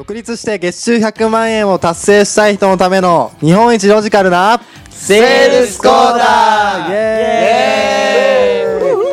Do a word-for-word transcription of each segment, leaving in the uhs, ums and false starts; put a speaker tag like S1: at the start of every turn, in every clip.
S1: 独立して月収ひゃくまんえんを達成したい人のための日本一ロジカルな
S2: セールスコーダー。イエーイ。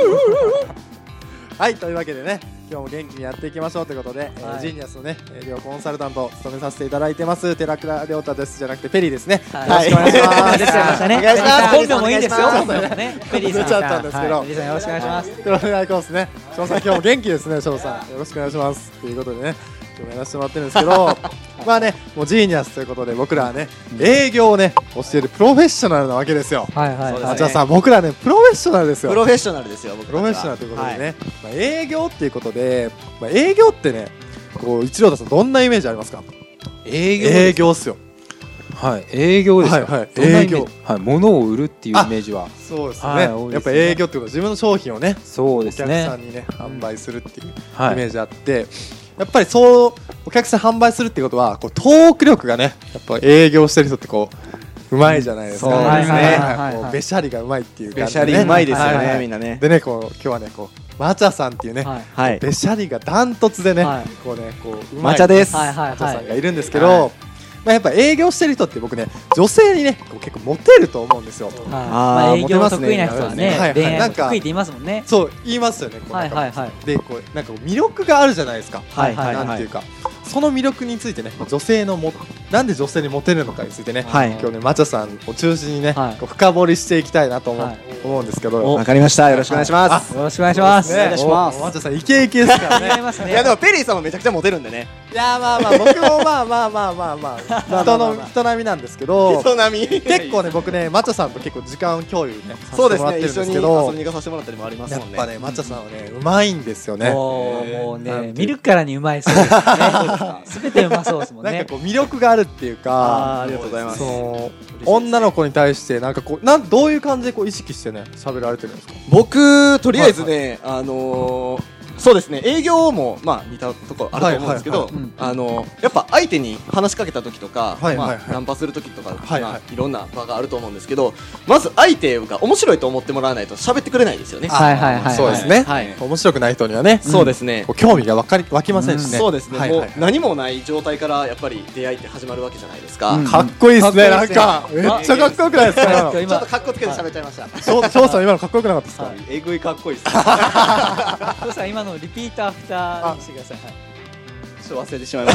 S1: はい、というわけでね、今日も元気にやっていきましょうということで、はい、えー、ジーニアスのね、両コンサルタントを務めさせていただいてます寺倉亮太ですじゃなくてペリーですね。はい、よろしくお願いします。
S2: 出ちゃいましたね。お願いします。本名もいいですよ。ペリーさん
S1: 出ちゃったんですけど、
S2: ペリーさんよろしくお願いします。
S1: よろしくお願いしますね。翔さん今日も元気ですね。翔さんよろしくお願いしますということでね、今日もやらせてもらってるんですけどまあね、もうジーニアスということで僕らはね、営業をね教えるプロフェッショナルなわけですよ。はいはいはい。じゃあさ、僕らねプロフェッショナルですよ。
S3: プロフェッショナルですよ。僕
S1: プロフェッショナルということでね、まあ営業っていうことで、まあ営業ってね、こう一郎太さんどんなイメージありますか？
S4: 営業
S1: 営業っすよ。
S4: はい、営業ですか。
S1: はいはい、営業。
S4: はい、物を売るっていうイメージは。
S1: そうですね。やっぱ営業ってことは自分の商品をね、
S4: そうですね。
S1: お客さんにね販売するっていうイメージあって、やっぱりそうお客さん販売するっていうことはこうトーク力がね、やっぱ営業してる人ってこううまいじゃないですか。
S3: そうです
S1: ね。べしゃりがうまいっていう感じでね。
S3: べしゃりうまいですよね、みんなね。
S1: でね、こう今日はねこうマチャさんっていうね、べしゃりがダントツでね、こうねこううまい
S3: マチャです。
S1: マチャさんがいるんですけど。まあやっぱ営業してる人って僕ね女性にね結構モテると思うんですよ。
S2: ああ、営業得意な人はね恋愛得意って言いますもんね。
S1: そう言いますよね。はいはいはい。でこうなんか魅力があるじゃないですか。はいはいはい。なんていうかその魅力についてね、女性のもなんで女性にモテるのかについてね、今日ねマチャさんを中心にね深掘りしていきたいなと思う思うんですけど。
S3: わかりました。よろしくお願いします。
S2: よろしくお願いします。
S3: お願いします。
S1: マチャさんイケイケですからね。
S3: いやでもペリーさんもめちゃくちゃモテるんでね。
S1: いやまあまあ僕もまあまあまあまあまあ人の人並みなんですけど、
S3: 人並み
S1: 結構ね僕ねマチャさんと結構時間共有ね
S3: そうですね、一緒に遊びに行かさせてもらったりもありますもんね。
S1: やっぱねマチャさんはねうまいんですよね。
S2: もうね見るからにうまいそうですね。すべてうまそうですもんね。
S1: なんかこう魅力があるっていうか、
S3: ありがとうございます。
S1: 女の子に対してなんかこうなんどういう感じでこう意識してね喋られてるんですか？
S3: 僕とりあえずねあのそうですね、営業もまあ似たところあると思うんですけど、あのやっぱ相手に話しかけた時とか、まあナンパする時とか、まあいろんな場があると思うんですけど、まず相手が面白いと思ってもらわないと喋ってくれないですよね。
S2: はいはいはい。
S1: そうですね。面白くない人にはね、
S3: そうですね。
S1: 興味がわかり湧きませんしね。
S3: そうですね。もう何もない状態からやっぱり出会いって始まるわけじゃないですか。
S1: かっこいいですね。なんかめっちゃかっこよくないですか？
S3: ちょっとかっこつけて喋っちゃいました。
S1: 翔さん今のかっこよくなかったですか？
S3: えぐいかっこいいです。
S2: 翔さん今のリピートアフターにしてください。
S3: ちょっと忘れてしまいました。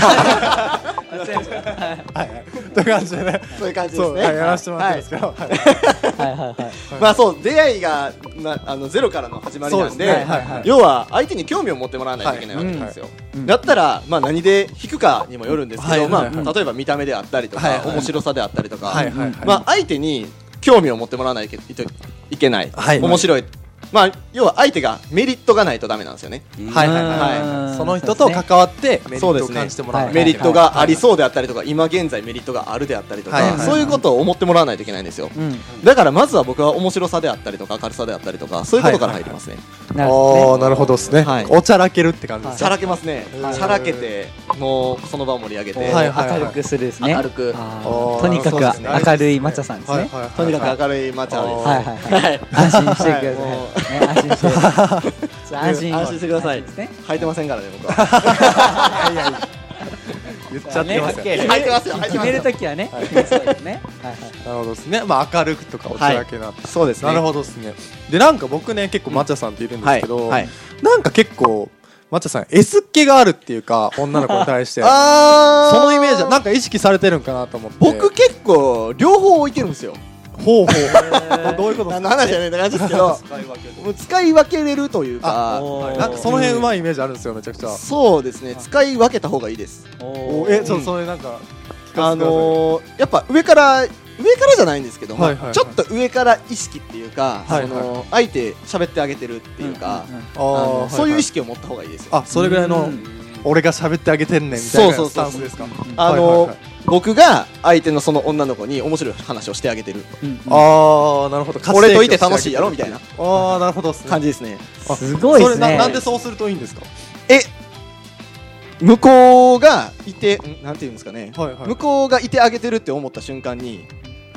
S1: はいはい。という感じでね。
S3: そういう感じですね。
S1: やらせてもらってるんですけど。
S3: はいはいはい。まあそう出会いがなあのゼロからの始まりなんで、要は相手に興味を持ってもらわないといけないわけなんですよ。だったらまあ何で引くかにもよるんですけど、まあ例えば見た目であったりとか面白さであったりとか、まあ相手に興味を持ってもらわないといけない。面白い。まあ要は相手がメリットがないとダメなんですよね。
S1: はいはいはい。その人と関わってメリットを感じてもらう。
S3: メリットがありそうであったりとか、今現在メリットがあるであったりとか、そういうことを思ってもらわないといけないんですよ。だからまずは僕は面白さであったりとか明るさであったりとか、そういうことから入りますね。
S1: ああなるほどですね。おちゃらけるって感じです。
S3: ちゃらけますね。ちゃらけてもうその場を盛り上げて
S2: 明るくするですね。
S3: 明るく。
S2: とにかく明るいマチャさんですね。
S3: とにかく明るいマチャです。
S2: はいはいはい。安心してください。安心して。
S3: 安心安心してください。履いてませんからね僕は。いやいや
S1: 言っちゃってますよ。
S3: 履いてますよ。
S2: 決めるときはね。そうですね。
S1: なるほどですね。まあ明るくとかおちゃらけな。
S3: そうですね。
S1: なるほどですね。でなんか僕ね結構マチャさんっているんですけど、なんか結構マチャさん S っ気があるっていうか女の子に対してそのイメージはなんか意識されてるんかなと思って。
S3: 僕結構両方置いてるんですよ。
S1: ほうほう。どういうこと？
S3: 何の話じゃないって感じですけど、使い分けれるというか、
S1: なんかその辺うまいイメージあるんですよめちゃくちゃ。
S3: そうですね。使い分けた方がいいです。
S1: え、そうそれなんか
S3: あのやっぱ上から上からじゃないんですけど、ちょっと上から意識っていうか、その相手喋ってあげてるっていうか、そういう意識を持った方がいいですよ。
S1: あ、それぐらいの俺が喋ってあげてんねんみたいなスタンスですか？
S3: あの僕が相手のその女の子に面白い話をしてあげてる。
S1: ああなるほど。
S3: 俺といて楽しいやろみたいな。
S1: ああなるほど
S3: 感じですね。
S2: すごいですね。
S1: なんでそうするといいんですか？
S3: え向こうがいてなんていうんですかね。向こうがいてあげてるって思った瞬間に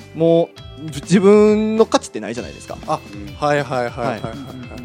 S3: もう自分の価値ってないじゃないですか。
S1: あ、はいはいはいはいはい、はい、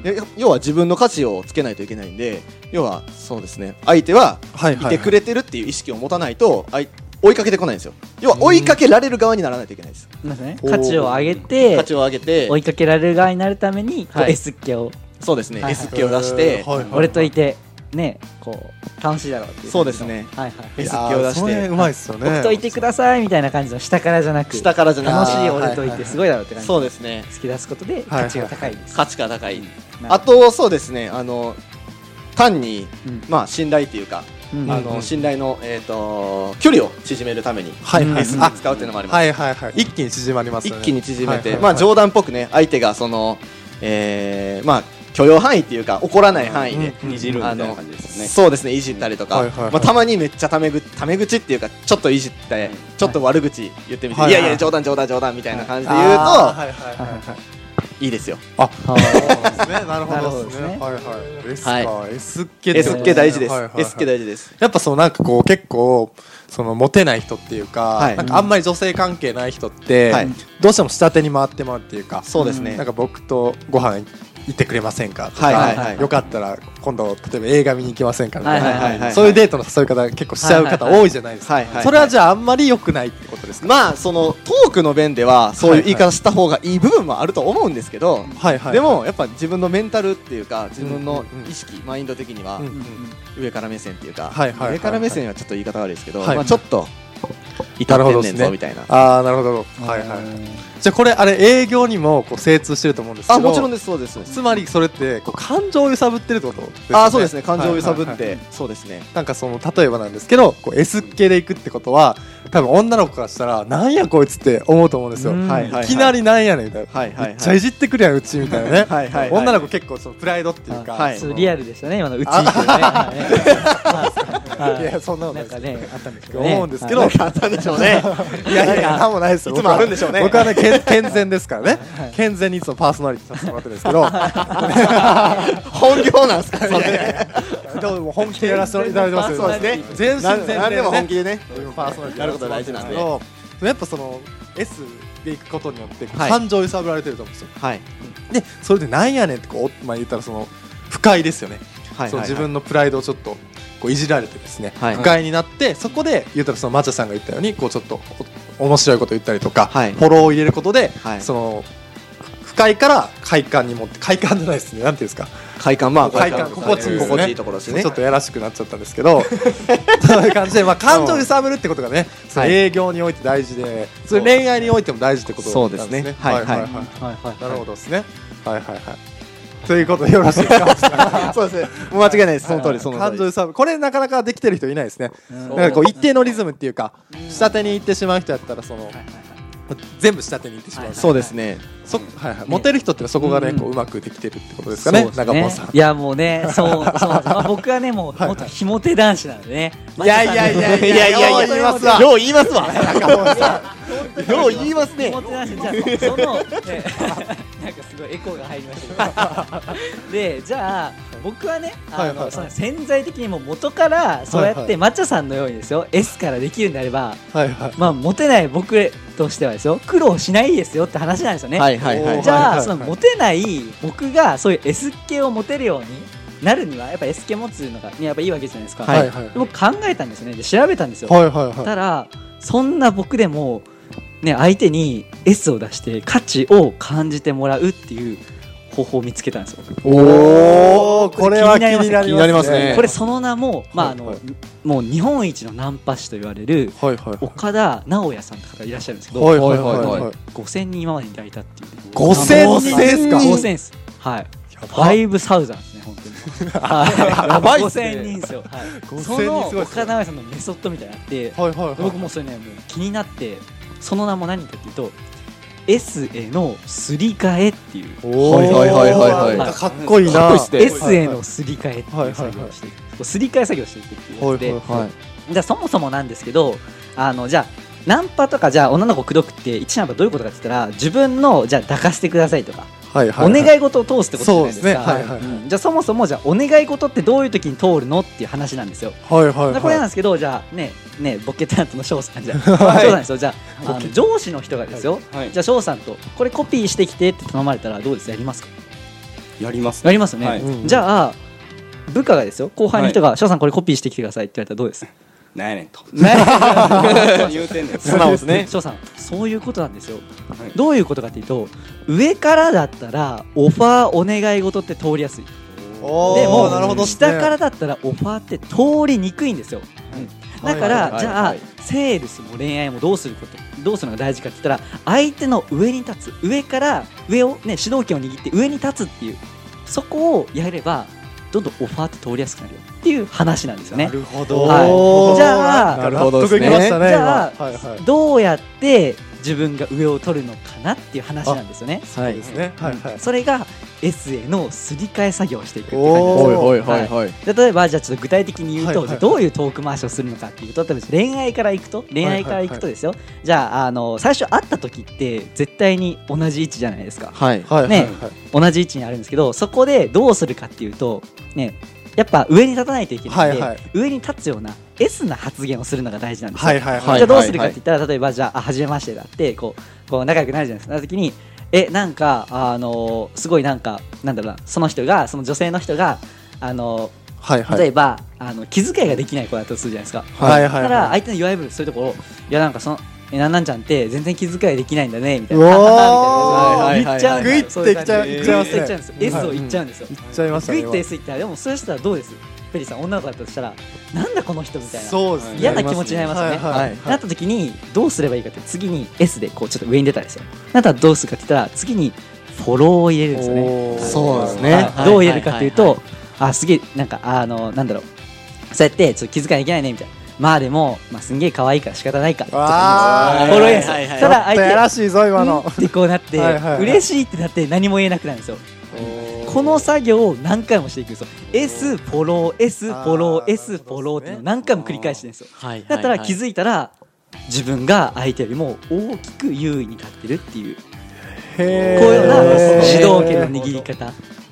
S3: で要は自分の価値をつけないといけないんで、要はそうですね、相手はいてくれてるっていう意識を持たないと追いかけてこないんですよ。要は追いかけられる側にならないといけないです。
S2: なんですね、価値を上げて
S3: 価値を上げて
S2: 追いかけられる側になるために、はい、エスっ気を
S3: そうですね、
S2: はいはい、
S3: エスっ気を出して、
S1: はいはい、
S2: 俺といてね、こう楽しいだろうっていう。
S3: そうですね、
S2: はいはい、
S3: エスっ気を出して、それ
S1: うまいっすよね。
S2: 僕といてくださいみたいな感じの下からじゃなく、
S3: 下からじゃなく
S2: 楽しい俺といてすごいだろうって感じ、
S3: そうですね、
S2: 突き出すことで価値が高いです。
S3: 価値が高い。あとそうですね、あの単に、うん、まあ信頼っていうか、うん、あの、うん、信頼の、えー、と距離を縮めるために、はいはい、エス 使うっていうのもあります。
S1: はいはいはい、一気に縮まりますよね。
S3: 一気に縮めて、はいはいはい、まあ冗談っぽくね、相手がその、えー、まあ許容範囲っていうか怒らない範囲で
S5: いじるみたいな感じですね。
S3: そうですね、いじったりとか、はいはいはい、まあ、たまにめっちゃタメ口、タメ口っていうかちょっといじってちょっと悪口言ってみて、はいはい、いやいや冗談冗談冗談みたいな感じで言うと、はいはいはいはい、いいですよ。
S1: あ、そうですね。なるほどですね。はいはい。S か、S っ気
S3: S っ気大事です。S っ気大事です。
S1: やっぱそうなんかこう結構そのモテない人っていうか、はい、なんかあんまり女性関係ない人って、はい、どうしても下手に回ってまうっていうか、
S3: そうですね。
S1: なんか僕とご飯行ってくれませんかとか、はいはいはい、よかったら今度例えば映画見に行きませんかみたいな、はいはいはいはい、そういうデートの誘い方結構しちゃう方多いじゃないですか、はいはいはい、それはじゃああんまり良くないってことですか。
S3: まあそのトークの弁ではそういう言い方した方がいい部分もあると思うんですけど、はいはいはい、でもやっぱ自分のメンタルっていうか自分の意識、うんうんうん、マインド的には上から目線っていうか、はいはいはいはい、上から目線はちょっと言い方悪いですけど、はいはい、まあ、ちょっと至ってんねんぞみたいな。
S1: ああ、なるほど。はいはい。じゃあこれあれ営業にもこう精通してると思うんですけど。
S3: あ、もちろんです。そうです。
S1: つまりそれってこう感情を揺さぶってるってことですね。
S3: あ、そうですね。感情を揺さぶって、はいはいはい、そうですね。
S1: なんかその例えばなんですけど、こう S 系でいくってことは多分女の子からしたらなんやこいつって思うと思うんですよ。はいはいはい、いきなりなんやねんみたいな。はいはいはい、めっちゃいじってくるやんうちみたいなね。はいはいはい、女の子結構そのプライドっていうか、はい、
S2: そうリアルでしたね今のうちっていうね。
S1: いやそんなことない
S2: ですね。あったんですけどね。
S1: 思うんですけど、あ
S3: ったんでしょうね。
S1: いやいやなんもないですよ。
S3: いつもあるんでしょうね。
S1: 僕はね健全ですからね。健全にいつもパーソナリティさせてもらってるんですけど。
S3: 本業なんですか。それ。
S1: どうも本気でやらせていただいてますよ。
S3: そうですね。
S1: 全身全霊
S3: 何でも本気でね。
S1: パーソナリティ
S3: やること大事なんで。
S1: やっぱその S でいくことによって感情揺さぶられてると思うんですよ。はい。でそれでなんやねんってこうまあ言ったらその不快ですよね。はい。その自分のプライドをちょっとこういじられてですね、はい、不快になってそこで言ったらそのマチャさんが言ったようにこうちょっと面白いこと言ったりとか、はい、フォローを入れることで、はい、その不快から快感に持って快感じゃないですね、なんていうんですか、
S3: 快感、まあ
S1: 快感心地いいですね、
S3: 心地いいところですね。
S1: ちょっとやらしくなっちゃったんですけどそういう感じで、まあ、感情を揺さぶるってことがね、うん、営業において大事で、それ恋愛においても大事ってことなんですね。そうですね。はいはいはい、はいはい、なるほどですね。はいはいはい。ということでよろしいですか。
S3: そうですね。もう間違いないです。その通り、その通り。
S1: 感情揺さぶる、これなかなかできてる人いないですね。だからこう一定のリズムっていうか、下手に行ってしまう人やったらその全部下手に行ってしまう。
S3: そうですね。
S1: そはいはい。モテる人ってそこがねこううまくできてるってことですかね。中本さん。
S2: いやもうね、そうそう。まあ僕はねもう元ひも手男子なんでね。
S1: いやいやいやいやいやよう言いますわ。
S3: よう言いますわ。中本さん。よう言いますね。
S2: ひも手男子じゃあそのなんかすごいエコーが入りましたけど。でじゃあ僕はねあのその潜在的にも元からそうやってマッチャさんのようにですよ S からできるんであれば、まあモテない僕としてはですよ苦労しないですよって話なんですよね。はいはいはい、じゃあそのモテない僕がそういう S 系を持てるようになるにはやっぱ S 系持つのが、ね、やっぱいいわけじゃないですか。はいはい、僕考えたんですよね。で調べたんですよ。はいはいはい、ただそんな僕でも、ね、相手に S を出して価値を感じてもらうっていう方法を見つけたんですよ。
S1: おお、これは気になりますね。
S2: これその名も、まああの、はいはい、もう日本一のナンパ師と言われる岡田直也さんとかがいらっしゃるんですけど、はいはいはいはい、ごせんにん今までに抱いたっていう。
S1: ごせんにんですか。
S2: ごせんです。はい。ごさんぜんですね本当に。やばいっすね。ごせんにんですよ。はい。その岡田直也さんのメソッドみたいなのがあって、はいはいはい、僕もそれねもう気になって、その名も何かっていうと。S へのすり替えっていう。
S1: はいはいはいはいはい。かっこいいな。
S2: S へのすり替えっていう作業をしていく。すり替え作業していくっていうやつで、はいはいはい、じゃあそもそもなんですけど、あのじゃあナンパとかじゃあ女の子口説くって一ナンパどういうことかって言ったら自分のじゃあ抱かせてくださいとか、
S1: はいはい
S2: お
S1: はい
S2: 願い事を通すってことじゃないですか。
S1: そうですねはいはいはい
S2: うんじゃあそもそもじゃあお願い事ってどういう時に通るのっていう話なんですよ。
S1: はいはいはい
S2: これなんですけど、じゃあねねボケ担当の翔さんじゃ翔さんですよ。じゃああの上司の人がですよ、
S5: はい
S2: じゃあ翔さんとこれコピーしてきてって頼まれたらどうですやりますか？
S5: やります
S2: やりますよね、
S5: はい
S1: うん
S2: じゃあ部下がですよ後輩の人が翔さんこれコピーしてきてくださいって言われたらどうです？
S5: なんやねんと
S2: ね
S5: 言うてんねん
S3: 素直ですね
S2: 翔さんそういうことなんですよ、
S5: はい
S2: どういうことかっていうと上からだったらオファーお願い事って通りやすい。
S1: おー
S2: でも
S1: なるほどっすね
S2: 下からだったらオファーって通りにくいんですよ、だから、
S3: はいはいはい
S2: じゃあセールスも恋愛もどうすることどうするのが大事かって言ったら相手の上に立つ上から上をね主導権を握って上に立つっていうそこをやればどんどんオファーって通りやすくなるよっていう話なんですよね。
S1: なるほど、
S2: はいじゃあ
S1: なるほどですね納得いきましたね
S2: じゃあ
S1: 今はいはい
S2: どうやって自分が上を取るのかなっていう話なんですよね。
S3: はい
S1: ですねはいはい
S2: それが S へのすり替え作業をしていくっていう感じです。
S1: おー
S3: はいはいはいはい
S2: 例えばじゃあちょっと具体的に言うと、
S1: はいはい
S2: じゃあどういうトーク回しをするのかっていうと例えば恋愛からいくと恋愛からいくとですよ、じゃああの最初会った時って絶対に同じ位置じゃないですか。
S3: はい
S1: はいはい
S2: ね同じ位置にあるんですけどそこでどうするかっていうとねやっぱ上に立たないといけないので、
S1: はいはい
S2: 上に立つような S な発言をするのが大事なんですよ。
S1: はいはいはい
S2: じゃあどうするかって言ったら、例えばじゃああ初めましてだってこうこう仲良くなるじゃないですか。なった時にえなんかあのすごいなんかなんだろうなその人がその女性の人があの
S1: はいはい
S2: 例えばあの気遣いができない子だったとするじゃないですか。
S1: はいはい
S2: だから
S1: はい
S2: 相手の弱い部分そういうところをいやなんかそのえなんなんちゃんって全然気遣いできないんだねみたいうな
S1: わー
S2: ははみたいな言っちゃうん
S1: グイッていっちゃう
S2: グイ
S1: いっちゃいますね
S2: ッていっちゃうんですよ。 S を言っちゃうんですよ。
S1: 言っちゃいましたね
S2: グイッと S 言ったらでもそうしたらどうですペリーさん女の子だったとしたらなんだこの人みたいな
S1: そうですね
S2: 嫌な気持ちになりますよね。
S1: はいはい
S2: なった時にどうすればいいかって次に S でこうちょっと上に出たらですよ。なったらどうするかって言ったら次にフォローを入れるんですよね。
S1: おー
S3: そうですね
S2: はいどう入れるかっていうとあすげえなんかあのなんだろうそうやってちょっと気遣いできないねみたいなまあでもまあすんげえ可愛いから仕方ないかとか
S1: あー
S2: フォローですよ
S3: はいはいはい
S2: ただ相
S1: ちょっとやら
S2: 手
S1: しいぞ今の
S2: うんってこうなって
S1: はいはいはい
S2: 嬉しいってなって何も言えなくなるんですよ。この作業を何回もしていくんですよ。S フォロー S フォロー S フォローっていうのを何回も繰り返してるんですよ。
S3: はい
S2: だったら気づいたら自分が相手よりも大きく優位に立ってるっていうこう
S1: へ
S2: いうような
S1: ー
S2: 主導権の握り方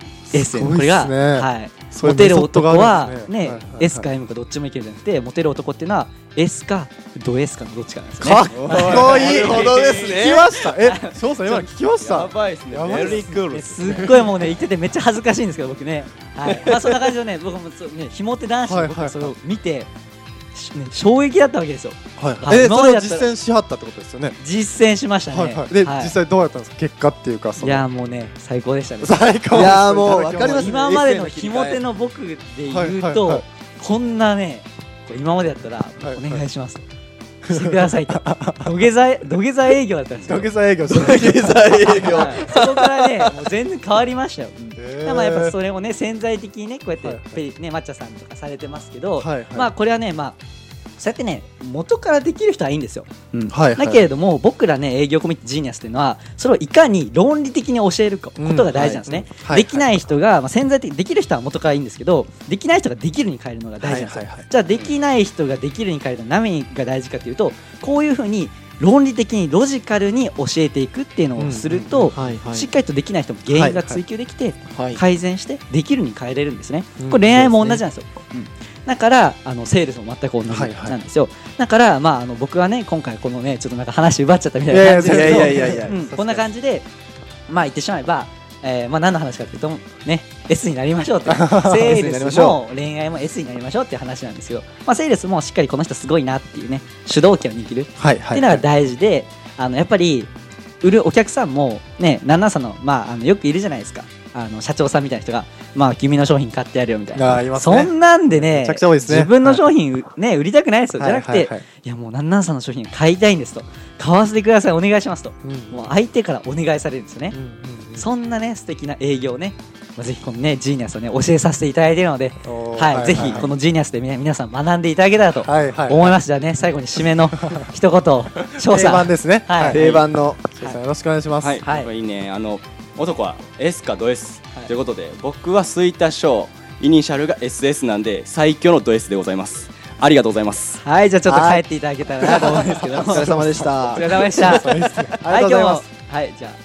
S2: S
S1: すごいっすね
S2: これがはい
S1: そういう
S2: モテる
S1: メソッド
S2: 男は
S1: があるんですね
S2: ね
S1: はいはいはい
S2: S か M かどっちもいけるんじゃなくてモテる男っていうのは S かド S かのどっちかなんですよね。
S1: かっこいい
S3: なるほどですね
S1: 聞きましたえ翔さん今の聞きました
S3: やばいですね
S1: やばいっす
S3: ベリークール
S2: えすっごいもうね言っててめっちゃ恥ずかしいんですけど僕ね、はいまあそんな感じでね僕もそうねひも手男子の僕はそれを見て、しね、衝撃だったわけですよ。
S1: はい
S2: はい
S1: えそれを
S2: 今までだったら
S1: 実践しはったってことですよね
S2: 実践しましたね。
S1: はいはいで
S2: はい
S1: 実際どうやったんですか結果っていうかその
S2: いやもうね最高でしたね。
S1: 最高
S3: いやーもうわかります
S2: 今までのひも手の僕で言うと、
S1: はいはいはい
S2: こんなねこう今までだったら
S1: はい
S2: お願いします、してくださいって土下座土下座営業だったんですよ。
S1: 土下座営業して
S3: 経済営業
S2: はいそこからねもう全然変わりましたよ。
S1: へー
S2: でもやっぱそれをね潜在的にねこうやって、
S1: はい
S2: ペリね抹茶さんとかされてますけど、
S1: はいはい
S2: まあこれはねまあそうやってね元からできる人はいいんですよ。うん
S1: はいはい
S2: だけれども僕らね営業コミュニティジーニアスっていうのはそれをいかに論理的に教えるかことが大事なんですね。
S1: はい
S2: できない人が、まあ、潜在的できる人は元からいいんですけどできない人ができるに変えるのが大事なんですよ。
S1: はいはいはい
S2: じゃあできない人ができるに変えるのは何が大事かというとこういうふうに論理的にロジカルに教えていくっていうのをすると、
S3: はいはい
S2: しっかりとできない人も原因が追求できて、
S3: はい
S2: 改善してできるに変えれるんですね。
S1: うん
S2: これ恋愛も同じなんですよ。うんだからあのセールスも全く同じ
S1: はいはい
S2: なんですよ。だからまああの僕はね今回このねちょっとなんか話奪っちゃったみたいな感じですけど、
S3: いやいやいやいや
S2: うんこんな感じでまあ言ってしまえば。えーまあ何の話かというとね S になりましょうってセールスも恋愛も S になりましょうっていう話なんですけど、まあ、セールスもしっかりこの人すごいなっていうね主導権を握る
S1: はいはい
S2: っていうのが大事で、あのやっぱり売るお客さんもねなんなんさんのまああのよくいるじゃないですか。あの社長さんみたいな人がまあ君の商品買ってやるよみたいな、
S1: あーいますね
S2: そんなんでね
S1: めちゃくちゃ多いですね
S2: 自分の商品、ね売りたくないですよ、じゃなくて、い
S1: はいはいはい
S2: やもうなんなんさんの商品買いたいんですと買わせてくださいお願いしますと、
S1: うん
S2: もう相手からお願いされるんですよね。
S1: うんうんうん
S2: そんなね素敵な営業をね、まあ、ぜひこのねジーニアスをね教えさせていただいているので、
S1: おー
S2: はい、ぜひこのジーニアスで皆皆さん学んでいただけたらと
S1: はいはい
S2: 思います。じゃあね最後に締めの一言を翔
S1: 定
S2: さん
S1: 番ですね
S2: はい
S3: 定番の
S1: 翔さんよろしくお願いします
S5: はい、
S2: はい
S5: これいいね。あの男は S かド S、
S2: はい
S5: ということで僕は吹田翔イニシャルが エスエス なんで最強のド S でございます。ありがとうございます。
S2: はいじゃあちょっと帰っていただけたらなと思うんですけど
S3: お疲れ様でした
S2: お疲れ様でした。
S1: ありがとうございます
S2: はい今日もはいじゃあ
S1: あ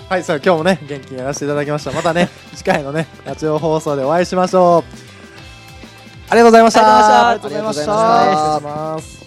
S1: はい、さあ今日もね元気にやらせていただきました。またね次回のねラジオ放送でお会いしましょう。ありがとうございました。
S2: ありがとうございました。
S1: ありがとうございました。失礼します。